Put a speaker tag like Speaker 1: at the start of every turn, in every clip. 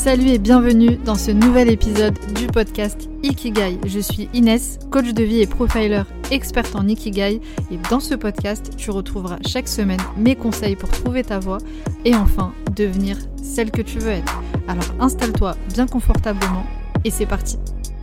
Speaker 1: Salut et bienvenue dans ce nouvel épisode du podcast Ikigai. Je suis Inès, coach de vie et profiler experte en Ikigai et dans ce podcast, tu retrouveras chaque semaine mes conseils pour trouver ta voie et enfin devenir celle que tu veux être. Alors installe-toi bien confortablement et c'est parti.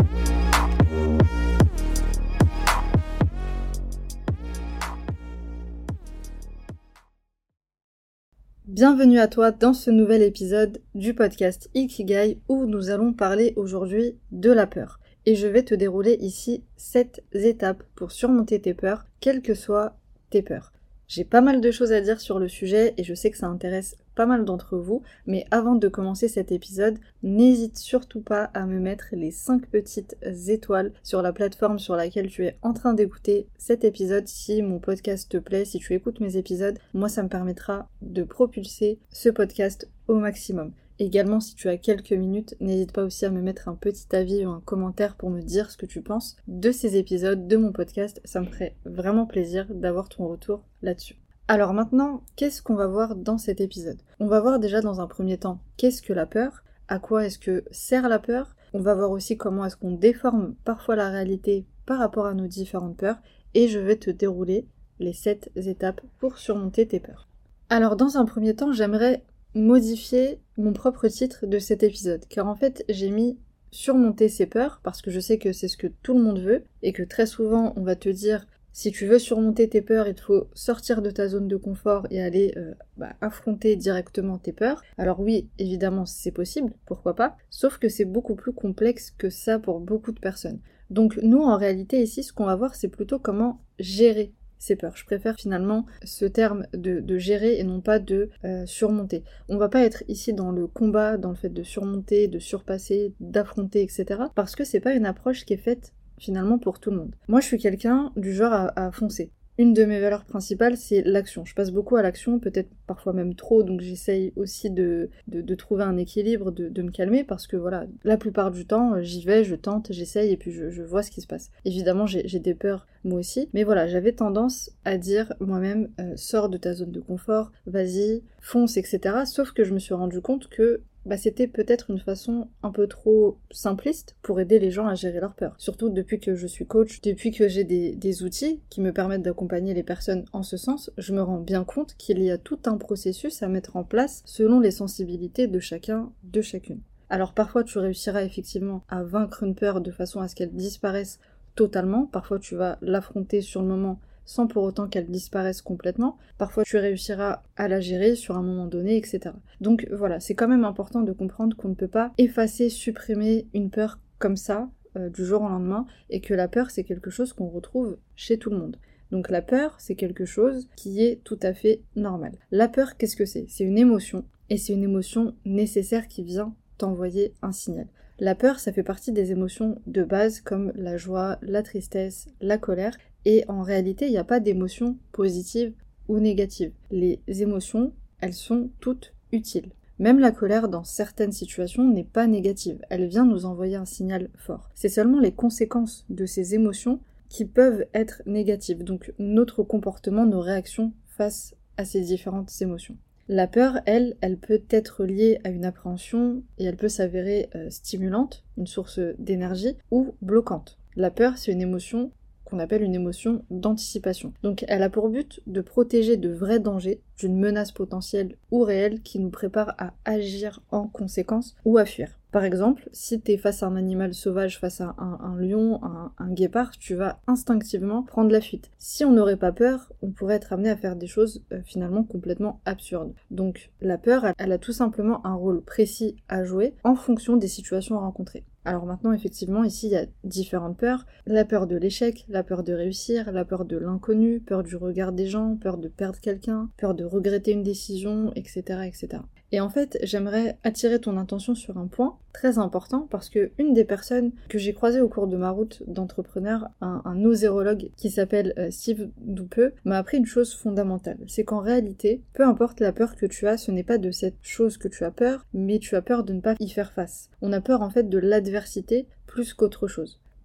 Speaker 1: Bienvenue à toi dans ce nouvel épisode du podcast Ikigai où nous allons parler aujourd'hui de la peur. Et je vais te dérouler ici 7 étapes pour surmonter tes peurs, quelles que soient tes peurs. J'ai pas mal de choses à dire sur le sujet et je sais que ça intéresse pas mal d'entre vous, mais avant de commencer cet épisode, n'hésite surtout pas à me mettre les 5 petites étoiles sur la plateforme sur laquelle tu es en train d'écouter cet épisode. Si mon podcast te plaît, si tu écoutes mes épisodes, moi ça me permettra de propulser ce podcast au maximum. Également, si tu as quelques minutes, n'hésite pas aussi à me mettre un petit avis ou un commentaire pour me dire ce que tu penses de ces épisodes, de mon podcast. Ça me ferait vraiment plaisir d'avoir ton retour là-dessus. Alors maintenant, qu'est-ce qu'on va voir dans cet épisode ? On va voir déjà dans un premier temps, qu'est-ce que la peur ? À quoi est-ce que sert la peur ? On va voir aussi comment est-ce qu'on déforme parfois la réalité par rapport à nos différentes peurs. Et je vais te dérouler les 7 étapes pour surmonter tes peurs. Alors dans un premier temps, j'aimerais modifier mon propre titre de cet épisode, car en fait j'ai mis surmonter ses peurs, parce que je sais que c'est ce que tout le monde veut, et que très souvent on va te dire si tu veux surmonter tes peurs, il te faut sortir de ta zone de confort et aller affronter directement tes peurs. Alors oui, évidemment c'est possible, pourquoi pas, sauf que c'est beaucoup plus complexe que ça pour beaucoup de personnes. Donc nous en réalité ici ce qu'on va voir c'est plutôt comment gérer ces peurs. Je préfère finalement ce terme de gérer et non pas de surmonter. On va pas être ici dans le combat, dans le fait de surmonter, de surpasser, d'affronter, etc. Parce que c'est pas une approche qui est faite finalement pour tout le monde. Moi je suis quelqu'un du genre à foncer. Une de mes valeurs principales c'est l'action. Je passe beaucoup à l'action, peut-être parfois même trop, donc j'essaye aussi de trouver un équilibre, de me calmer, parce que voilà, la plupart du temps j'y vais, je tente, j'essaye et puis je vois ce qui se passe. Évidemment j'ai des peurs moi aussi, mais voilà, j'avais tendance à dire moi-même sors de ta zone de confort, vas-y, fonce, etc. Sauf que je me suis rendu compte que c'était peut-être une façon un peu trop simpliste pour aider les gens à gérer leurs peurs. Surtout depuis que je suis coach, depuis que j'ai des outils qui me permettent d'accompagner les personnes en ce sens, je me rends bien compte qu'il y a tout un processus à mettre en place selon les sensibilités de chacun, de chacune. Alors parfois tu réussiras effectivement à vaincre une peur de façon à ce qu'elle disparaisse totalement, parfois tu vas l'affronter sur le moment sans pour autant qu'elle disparaisse complètement. Parfois tu réussiras à la gérer sur un moment donné, etc. Donc voilà, c'est quand même important de comprendre qu'on ne peut pas effacer, supprimer une peur comme ça, du jour au lendemain, et que la peur c'est quelque chose qu'on retrouve chez tout le monde. Donc la peur c'est quelque chose qui est tout à fait normal. La peur, qu'est-ce que c'est ? C'est une émotion, et c'est une émotion nécessaire qui vient t'envoyer un signal. La peur, ça fait partie des émotions de base comme la joie, la tristesse, la colère, et en réalité, il n'y a pas d'émotions positives ou négatives. Les émotions, elles sont toutes utiles. Même la colère, dans certaines situations, n'est pas négative. Elle vient nous envoyer un signal fort. C'est seulement les conséquences de ces émotions qui peuvent être négatives. Donc notre comportement, nos réactions face à ces différentes émotions. La peur, elle peut être liée à une appréhension et elle peut s'avérer stimulante, une source d'énergie, ou bloquante. La peur, c'est une émotion qu'on appelle une émotion d'anticipation. Donc elle a pour but de protéger de vrais dangers, d'une menace potentielle ou réelle qui nous prépare à agir en conséquence ou à fuir. Par exemple, si t'es face à un animal sauvage, face à un lion, un guépard, tu vas instinctivement prendre la fuite. Si on n'aurait pas peur, on pourrait être amené à faire des choses finalement complètement absurdes. Donc la peur, elle a tout simplement un rôle précis à jouer en fonction des situations rencontrées. Alors maintenant, effectivement, ici, il y a différentes peurs. La peur de l'échec, la peur de réussir, la peur de l'inconnu, peur du regard des gens, peur de perdre quelqu'un, peur de regretter une décision, etc., etc. Et en fait, j'aimerais attirer ton attention sur un point très important parce que une des personnes que j'ai croisées au cours de ma route d'entrepreneur, un osérologue qui s'appelle Steve Doupeux, m'a appris une chose fondamentale. C'est qu'en réalité, peu importe la peur que tu as, ce n'est pas de cette chose que tu as peur, mais tu as peur de ne pas y faire face. On a peur en fait de l'adversité plus qu'autre chose.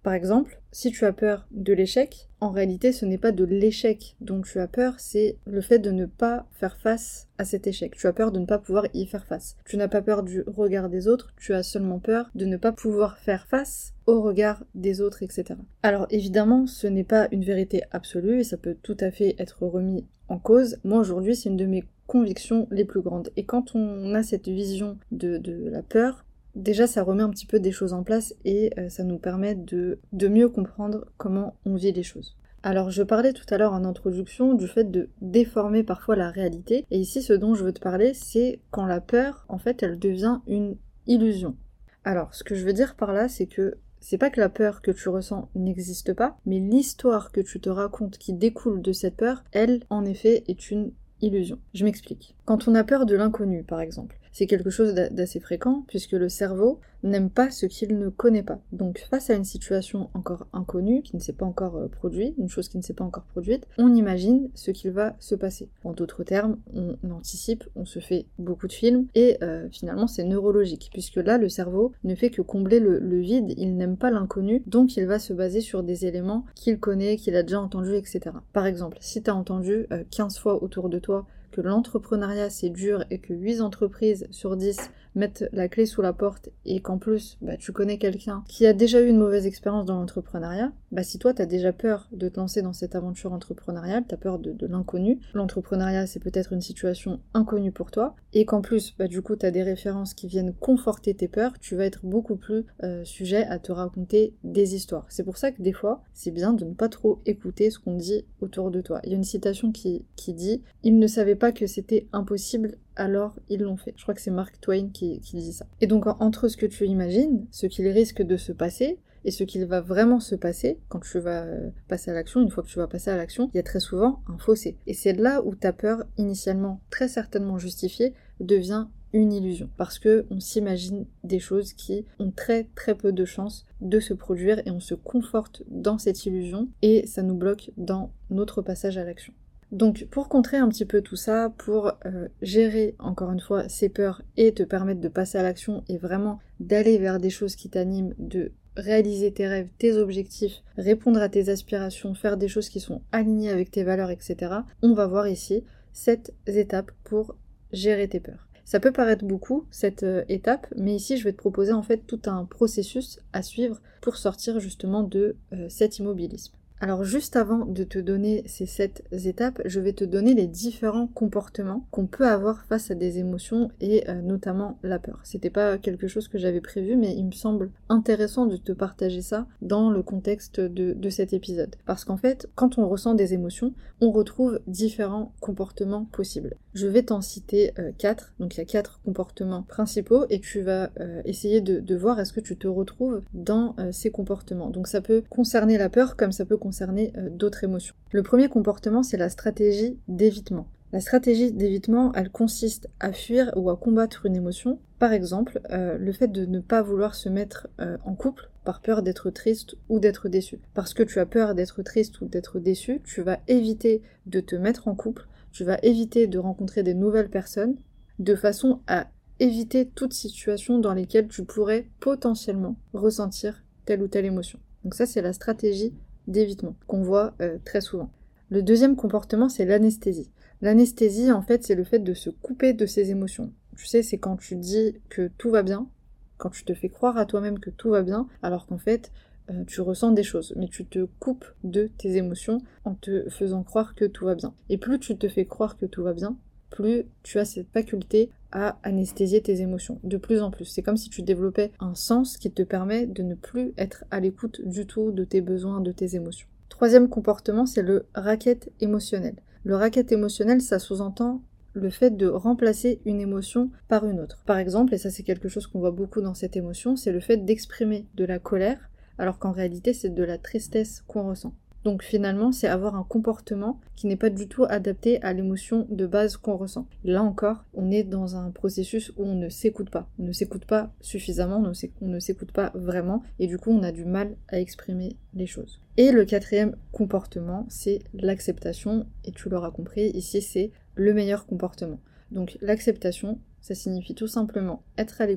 Speaker 1: Par exemple, si tu as peur de l'échec, en réalité ce n'est pas de l'échec dont tu as peur, c'est le fait de ne pas faire face à cet échec. Tu as peur de ne pas pouvoir y faire face. Tu n'as pas peur du regard des autres, tu as seulement peur de ne pas pouvoir faire face au regard des autres, etc. Alors évidemment, ce n'est pas une vérité absolue et ça peut tout à fait être remis en cause. Moi aujourd'hui, c'est une de mes convictions les plus grandes. Et quand on a cette vision de la peur, déjà ça remet un petit peu des choses en place et ça nous permet de mieux comprendre comment on vit les choses. Alors je parlais tout à l'heure en introduction du fait de déformer parfois la réalité, et ici ce dont je veux te parler, c'est quand la peur, en fait, elle devient une illusion. Alors ce que je veux dire par là, c'est que c'est pas que la peur que tu ressens n'existe pas, mais l'histoire que tu te racontes qui découle de cette peur, elle, en effet, est une illusion. Je m'explique. Quand on a peur de l'inconnu, par exemple, c'est quelque chose d'assez fréquent, puisque le cerveau n'aime pas ce qu'il ne connaît pas. Donc face à une situation encore inconnue, qui ne s'est pas encore produite, une chose qui ne s'est pas encore produite, on imagine ce qu'il va se passer. En d'autres termes, on anticipe, on se fait beaucoup de films, et finalement c'est neurologique, puisque là le cerveau ne fait que combler le vide, il n'aime pas l'inconnu, donc il va se baser sur des éléments qu'il connaît, qu'il a déjà entendus, etc. Par exemple, si tu as entendu 15 fois autour de toi que l'entrepreneuriat c'est dur et que 8 entreprises sur 10 mettent la clé sous la porte et qu'en plus tu connais quelqu'un qui a déjà eu une mauvaise expérience dans l'entrepreneuriat, si toi t'as déjà peur de te lancer dans cette aventure entrepreneuriale, t'as peur de l'inconnu, l'entrepreneuriat c'est peut-être une situation inconnue pour toi, et qu'en plus du coup t'as des références qui viennent conforter tes peurs, tu vas être beaucoup plus sujet à te raconter des histoires. C'est pour ça que des fois c'est bien de ne pas trop écouter ce qu'on dit autour de toi. Il y a une citation qui dit « Ils ne savaient pas que c'était impossible, alors ils l'ont fait ». Je crois que c'est Mark Twain qui dit ça. Et donc entre ce que tu imagines, ce qu'il risque de se passer, et ce qu'il va vraiment se passer quand tu vas passer à l'action, une fois que tu vas passer à l'action, il y a très souvent un fossé. Et c'est là où ta peur, initialement très certainement justifiée, devient une illusion. Parce que on s'imagine des choses qui ont très très peu de chances de se produire et on se conforte dans cette illusion et ça nous bloque dans notre passage à l'action. Donc pour contrer un petit peu tout ça, pour gérer encore une fois ces peurs et te permettre de passer à l'action et vraiment d'aller vers des choses qui t'animent, de réaliser tes rêves, tes objectifs, répondre à tes aspirations, faire des choses qui sont alignées avec tes valeurs, etc. On va voir ici 7 étapes pour gérer tes peurs. Ça peut paraître beaucoup, cette étape, mais ici je vais te proposer en fait tout un processus à suivre pour sortir justement de cet immobilisme. Alors juste avant de te donner ces 7 étapes, je vais te donner les différents comportements qu'on peut avoir face à des émotions et notamment la peur. C'était pas quelque chose que j'avais prévu, mais il me semble intéressant de te partager ça dans le contexte de cet épisode. Parce qu'en fait, quand on ressent des émotions, on retrouve différents comportements possibles. Je vais t'en citer 4, donc il y a 4 comportements principaux et tu vas essayer de voir est-ce que tu te retrouves dans ces comportements. Donc ça peut concerner la peur comme ça peut concerner d'autres émotions. Le premier comportement, c'est la stratégie d'évitement. La stratégie d'évitement, elle consiste à fuir ou à combattre une émotion. Par exemple, le fait de ne pas vouloir se mettre en couple par peur d'être triste ou d'être déçu. Parce que tu as peur d'être triste ou d'être déçu, tu vas éviter de te mettre en couple, tu vas éviter de rencontrer des nouvelles personnes, de façon à éviter toute situation dans laquelle tu pourrais potentiellement ressentir telle ou telle émotion. Donc ça, c'est la stratégie d'évitement qu'on voit très souvent. Le deuxième comportement, c'est l'anesthésie. L'anesthésie, en fait, c'est le fait de se couper de ses émotions. Tu sais, c'est quand tu dis que tout va bien, quand tu te fais croire à toi-même que tout va bien, alors qu'en fait, tu ressens des choses, mais tu te coupes de tes émotions en te faisant croire que tout va bien. Et plus tu te fais croire que tout va bien, plus tu as cette faculté à anesthésier tes émotions, de plus en plus. C'est comme si tu développais un sens qui te permet de ne plus être à l'écoute du tout de tes besoins, de tes émotions. Troisième comportement, c'est le racket émotionnel. Le racket émotionnel, ça sous-entend le fait de remplacer une émotion par une autre. Par exemple, et ça c'est quelque chose qu'on voit beaucoup dans cette émotion, c'est le fait d'exprimer de la colère, alors qu'en réalité c'est de la tristesse qu'on ressent. Donc finalement, c'est avoir un comportement qui n'est pas du tout adapté à l'émotion de base qu'on ressent. Là encore, on est dans un processus où on ne s'écoute pas. On ne s'écoute pas suffisamment, on ne s'écoute pas vraiment, et du coup on a du mal à exprimer les choses. Et le quatrième comportement, c'est l'acceptation, et tu l'auras compris, ici c'est le meilleur comportement. Donc l'acceptation, ça signifie tout simplement être à l'écoute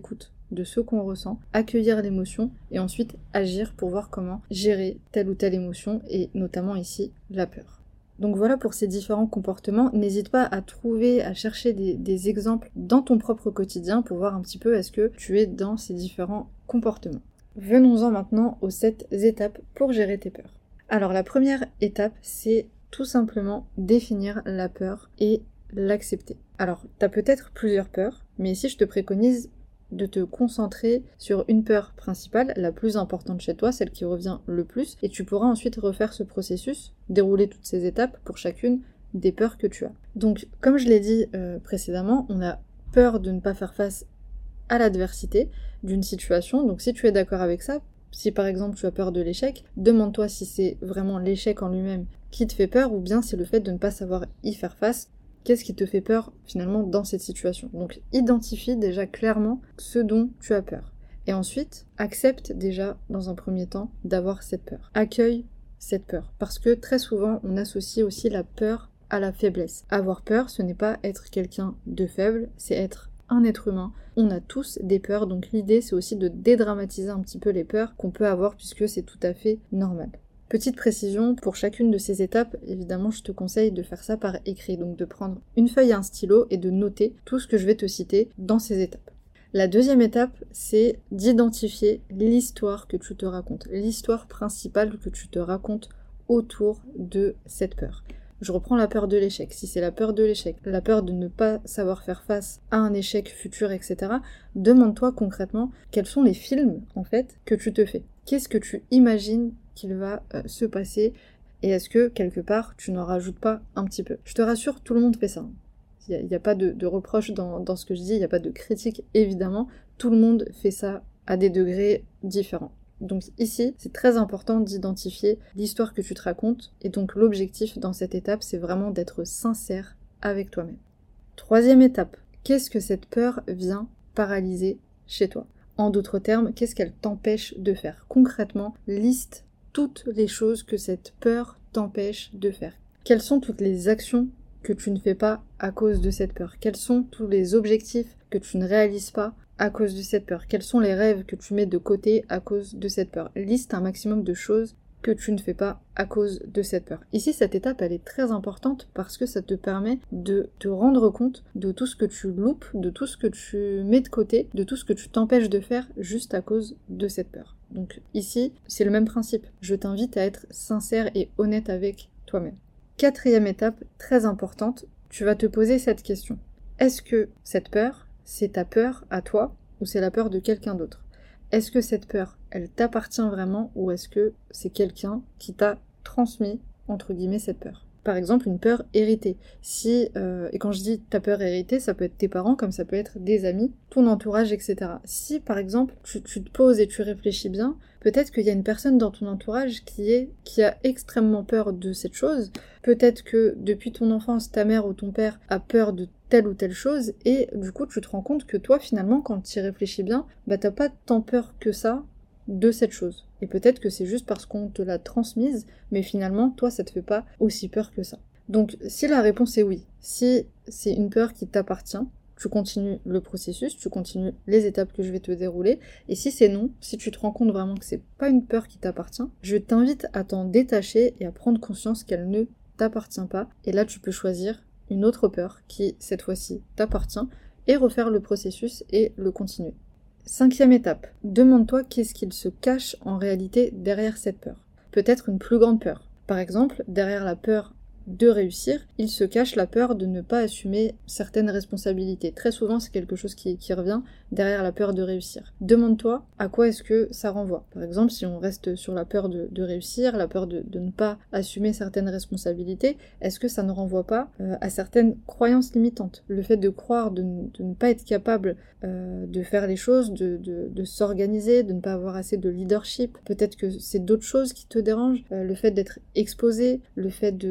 Speaker 1: de ce qu'on ressent, accueillir l'émotion et ensuite agir pour voir comment gérer telle ou telle émotion et notamment ici la peur. Donc voilà pour ces différents comportements. N'hésite pas à trouver, à chercher des exemples dans ton propre quotidien pour voir un petit peu est-ce que tu es dans ces différents comportements. Venons-en maintenant aux 7 étapes pour gérer tes peurs. Alors la première étape, c'est tout simplement définir la peur et l'accepter. Alors, tu as peut-être plusieurs peurs, mais ici je te préconise de te concentrer sur une peur principale, la plus importante chez toi, celle qui revient le plus, et tu pourras ensuite refaire ce processus, dérouler toutes ces étapes pour chacune des peurs que tu as. Donc, comme je l'ai dit précédemment, on a peur de ne pas faire face à l'adversité d'une situation, donc si tu es d'accord avec ça, si par exemple tu as peur de l'échec, demande-toi si c'est vraiment l'échec en lui-même qui te fait peur ou bien c'est le fait de ne pas savoir y faire face. Qu'est-ce qui te fait peur finalement dans cette situation? Donc identifie déjà clairement ce dont tu as peur. Et ensuite, accepte déjà dans un premier temps d'avoir cette peur. Accueille cette peur. Parce que très souvent, on associe aussi la peur à la faiblesse. Avoir peur, ce n'est pas être quelqu'un de faible, c'est être un être humain. On a tous des peurs, donc l'idée c'est aussi de dédramatiser un petit peu les peurs qu'on peut avoir puisque c'est tout à fait normal. Petite précision, pour chacune de ces étapes, évidemment je te conseille de faire ça par écrit, donc de prendre une feuille et un stylo et de noter tout ce que je vais te citer dans ces étapes. La deuxième étape, c'est d'identifier l'histoire que tu te racontes, l'histoire principale que tu te racontes autour de cette peur. Je reprends la peur de l'échec. Si c'est la peur de l'échec, la peur de ne pas savoir faire face à un échec futur, etc., demande-toi concrètement quels sont les films, en fait, que tu te fais. Qu'est-ce que tu imagines qu'il va se passer et est-ce que, quelque part, tu n'en rajoutes pas un petit peu? Je te rassure, tout le monde fait ça. Il n'y a pas de reproche dans ce que je dis, il n'y a pas de critique, évidemment. Tout le monde fait ça à des degrés différents. Donc ici, c'est très important d'identifier l'histoire que tu te racontes, et donc l'objectif dans cette étape, c'est vraiment d'être sincère avec toi-même. Troisième étape, qu'est-ce que cette peur vient paralyser chez toi? En d'autres termes, qu'est-ce qu'elle t'empêche de faire? Concrètement, liste toutes les choses que cette peur t'empêche de faire. Quelles sont toutes les actions que tu ne fais pas à cause de cette peur? Quels sont tous les objectifs que tu ne réalises pas à cause de cette peur? Quels sont les rêves que tu mets de côté à cause de cette peur? Liste un maximum de choses que tu ne fais pas à cause de cette peur. Ici, cette étape, elle est très importante parce que ça te permet de te rendre compte de tout ce que tu loupes, de tout ce que tu mets de côté, de tout ce que tu t'empêches de faire juste à cause de cette peur. Donc ici, c'est le même principe. Je t'invite à être sincère et honnête avec toi-même. Quatrième étape, très importante, tu vas te poser cette question. Est-ce que cette peur, c'est ta peur à toi ou c'est la peur de quelqu'un d'autre? Est-ce que cette peur, elle t'appartient vraiment ou est-ce que c'est quelqu'un qui t'a transmis, entre guillemets, cette peur? Par exemple, une peur héritée. Et quand je dis ta peur héritée, ça peut être tes parents, comme ça peut être des amis, ton entourage, etc. Si, par exemple, tu te poses et tu réfléchis bien, peut-être qu'il y a une personne dans ton entourage qui a extrêmement peur de cette chose. Peut-être que depuis ton enfance, ta mère ou ton père a peur de telle ou telle chose, et du coup, tu te rends compte que toi, finalement, quand tu y réfléchis bien, t'as pas tant peur que ça de cette chose. Et peut-être que c'est juste parce qu'on te l'a transmise, mais finalement, toi, ça te fait pas aussi peur que ça. Donc, si la réponse est oui, si c'est une peur qui t'appartient, tu continues le processus, tu continues les étapes que je vais te dérouler, et si c'est non, si tu te rends compte vraiment que c'est pas une peur qui t'appartient, je t'invite à t'en détacher et à prendre conscience qu'elle ne t'appartient pas, et là, tu peux choisir une autre peur qui, cette fois-ci, t'appartient, et refaire le processus et le continuer. Cinquième étape, demande-toi qu'est-ce qu'il se cache en réalité derrière cette peur. Peut-être une plus grande peur. Par exemple, derrière la peur de réussir, il se cache la peur de ne pas assumer certaines responsabilités. Très souvent, c'est quelque chose qui revient derrière la peur de réussir. Demande-toi à quoi est-ce que ça renvoie. Par exemple, si on reste sur la peur de réussir, la peur de ne pas assumer certaines responsabilités, est-ce que ça ne renvoie pas à certaines croyances limitantes? Le fait de croire, de ne pas être capable de faire les choses, de s'organiser, de ne pas avoir assez de leadership. Peut-être que c'est d'autres choses qui te dérangent. Le fait d'être exposé, le fait de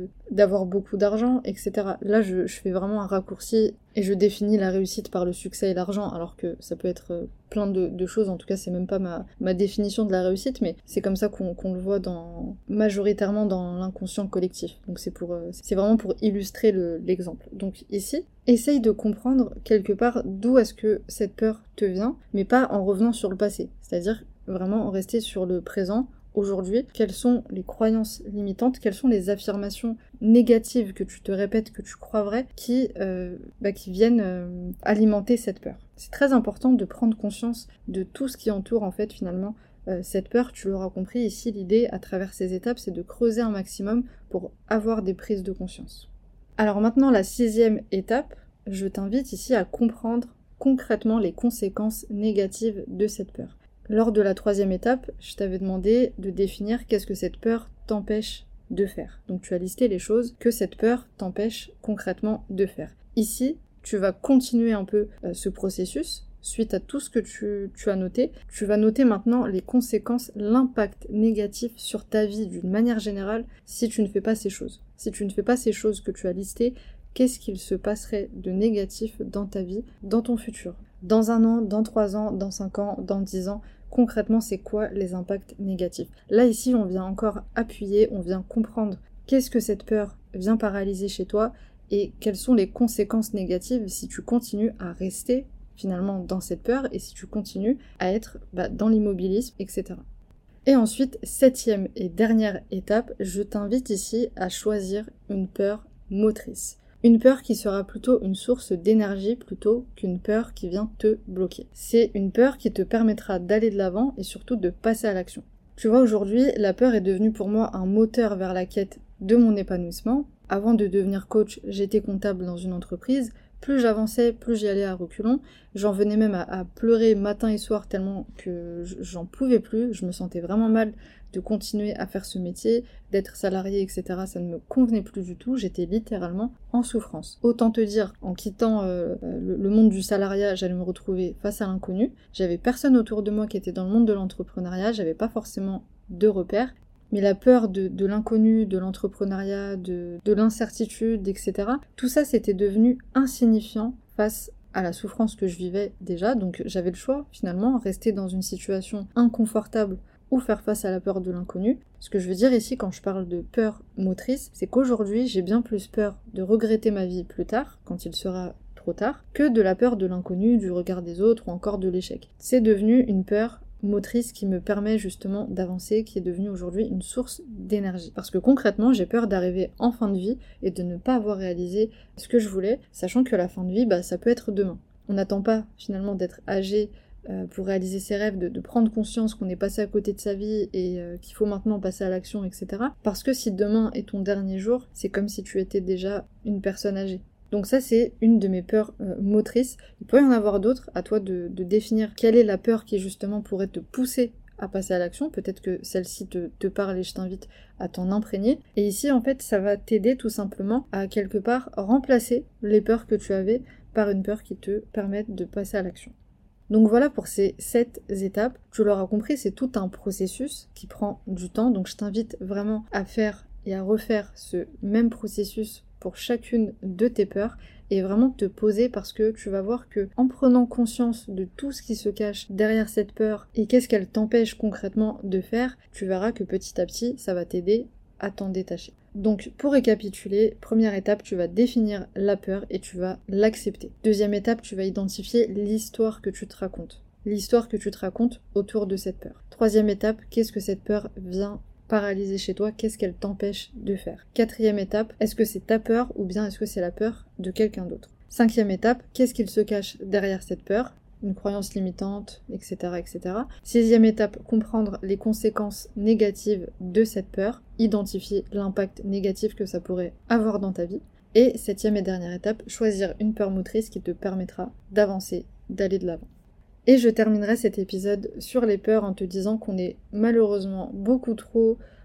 Speaker 1: d'avoir beaucoup d'argent, etc. Là, je fais vraiment un raccourci et je définis la réussite par le succès et l'argent, alors que ça peut être plein de choses. En tout cas, c'est même pas ma définition de la réussite, mais c'est comme ça qu'on le voit majoritairement dans l'inconscient collectif. Donc c'est vraiment pour illustrer l'exemple. Donc ici, essaye de comprendre quelque part d'où est-ce que cette peur te vient, mais pas en revenant sur le passé. C'est-à-dire vraiment en rester sur le présent, aujourd'hui, quelles sont les croyances limitantes, quelles sont les affirmations négatives que tu te répètes, que tu crois vraies, qui viennent alimenter cette peur. C'est très important de prendre conscience de tout ce qui entoure en fait finalement cette peur. Tu l'auras compris ici, l'idée à travers ces étapes, c'est de creuser un maximum pour avoir des prises de conscience. Alors maintenant, la 6e étape, je t'invite ici à comprendre concrètement les conséquences négatives de cette peur. Lors de la 3e étape, je t'avais demandé de définir qu'est-ce que cette peur t'empêche de faire. Donc tu as listé les choses que cette peur t'empêche concrètement de faire. Ici, tu vas continuer un peu ce processus. Suite à tout ce que tu as noté, tu vas noter maintenant les conséquences, l'impact négatif sur ta vie d'une manière générale si tu ne fais pas ces choses. Si tu ne fais pas ces choses que tu as listées, qu'est-ce qu'il se passerait de négatif dans ta vie, dans ton futur ? Dans 1 an, dans 3 ans, dans 5 ans, dans 10 ans, concrètement, c'est quoi les impacts négatifs ? Là, ici, on vient encore appuyer, on vient comprendre qu'est-ce que cette peur vient paralyser chez toi et quelles sont les conséquences négatives si tu continues à rester finalement dans cette peur et si tu continues à être dans l'immobilisme, etc. Et ensuite, 7e et dernière étape, je t'invite ici à choisir une peur motrice. Une peur qui sera plutôt une source d'énergie plutôt qu'une peur qui vient te bloquer. C'est une peur qui te permettra d'aller de l'avant et surtout de passer à l'action. Tu vois, aujourd'hui, la peur est devenue pour moi un moteur vers la quête de mon épanouissement. Avant de devenir coach, j'étais comptable dans une entreprise. Plus j'avançais, plus j'y allais à reculons. J'en venais même à pleurer matin et soir tellement que j'en pouvais plus. Je me sentais vraiment mal de continuer à faire ce métier, d'être salarié, etc. Ça ne me convenait plus du tout. J'étais littéralement en souffrance. Autant te dire, en quittant le monde du salariat, j'allais me retrouver face à l'inconnu. J'avais personne autour de moi qui était dans le monde de l'entrepreneuriat. J'avais pas forcément de repères. Mais la peur de l'inconnu, de l'entrepreneuriat, de l'incertitude, etc., tout ça c'était devenu insignifiant face à la souffrance que je vivais déjà. Donc j'avais le choix finalement, rester dans une situation inconfortable ou faire face à la peur de l'inconnu. Ce que je veux dire ici quand je parle de peur motrice, c'est qu'aujourd'hui j'ai bien plus peur de regretter ma vie plus tard, quand il sera trop tard, que de la peur de l'inconnu, du regard des autres ou encore de l'échec. C'est devenu une peur motrice qui me permet justement d'avancer, qui est devenue aujourd'hui une source d'énergie. Parce que concrètement, j'ai peur d'arriver en fin de vie et de ne pas avoir réalisé ce que je voulais, sachant que la fin de vie, ça peut être demain. On n'attend pas finalement d'être âgé pour réaliser ses rêves, de prendre conscience qu'on est passé à côté de sa vie et qu'il faut maintenant passer à l'action, etc. Parce que si demain est ton dernier jour, c'est comme si tu étais déjà une personne âgée. Donc ça, c'est une de mes peurs motrices. Il peut y en avoir d'autres, à toi de définir quelle est la peur qui justement pourrait te pousser à passer à l'action. Peut-être que celle-ci te parle et je t'invite à t'en imprégner. Et ici, en fait, ça va t'aider tout simplement à quelque part remplacer les peurs que tu avais par une peur qui te permette de passer à l'action. Donc voilà pour ces 7 étapes. Tu l'auras compris, c'est tout un processus qui prend du temps. Donc je t'invite vraiment à faire et à refaire ce même processus pour chacune de tes peurs et vraiment te poser parce que tu vas voir que en prenant conscience de tout ce qui se cache derrière cette peur et qu'est-ce qu'elle t'empêche concrètement de faire, tu verras que petit à petit ça va t'aider à t'en détacher. Donc pour récapituler, première étape, tu vas définir la peur et tu vas l'accepter. Deuxième étape, tu vas identifier l'histoire que tu te racontes. L'histoire que tu te racontes autour de cette peur. Troisième étape, qu'est-ce que cette peur vient paralyser chez toi, qu'est-ce qu'elle t'empêche de faire. Quatrième étape, est-ce que c'est ta peur ou bien est-ce que c'est la peur de quelqu'un d'autre. Cinquième étape, qu'est-ce qu'il se cache derrière cette peur, une croyance limitante, etc., etc. Sixième étape, comprendre les conséquences négatives de cette peur, identifier l'impact négatif que ça pourrait avoir dans ta vie. Et septième et dernière étape, choisir une peur motrice qui te permettra d'avancer, d'aller de l'avant. Et je terminerai cet épisode sur les peurs en te disant qu'on est malheureusement beaucoup trop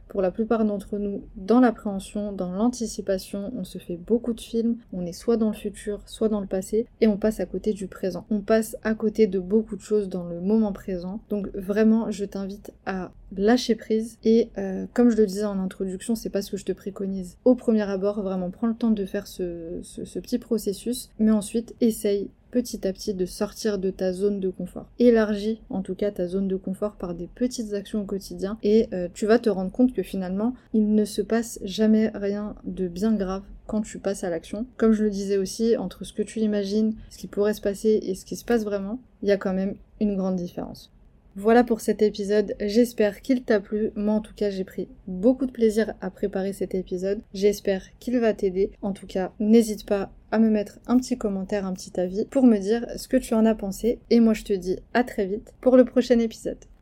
Speaker 1: pour la plupart d'entre nous dans l'appréhension, dans l'anticipation, on se fait beaucoup de films, on est soit dans le futur, soit dans le passé, et on passe à côté du présent. On passe à côté de beaucoup de choses dans le moment présent. Donc vraiment, je t'invite à lâcher prise et comme je le disais en introduction, c'est pas ce que je te préconise au premier abord, vraiment prends le temps de faire ce petit processus, mais ensuite essaye petit à petit de sortir de ta zone de confort. Élargis en tout cas ta zone de confort par des petites actions au quotidien et tu vas te rendre compte que finalement il ne se passe jamais rien de bien grave quand tu passes à l'action. Comme je le disais aussi, entre ce que tu imagines, ce qui pourrait se passer et ce qui se passe vraiment, il y a quand même une grande différence. Voilà pour cet épisode, j'espère qu'il t'a plu. Moi en tout cas j'ai pris beaucoup de plaisir à préparer cet épisode. J'espère qu'il va t'aider. En tout cas, n'hésite pas à me mettre un petit commentaire, un petit avis pour me dire ce que tu en as pensé. Et moi je te dis à très vite pour le prochain épisode.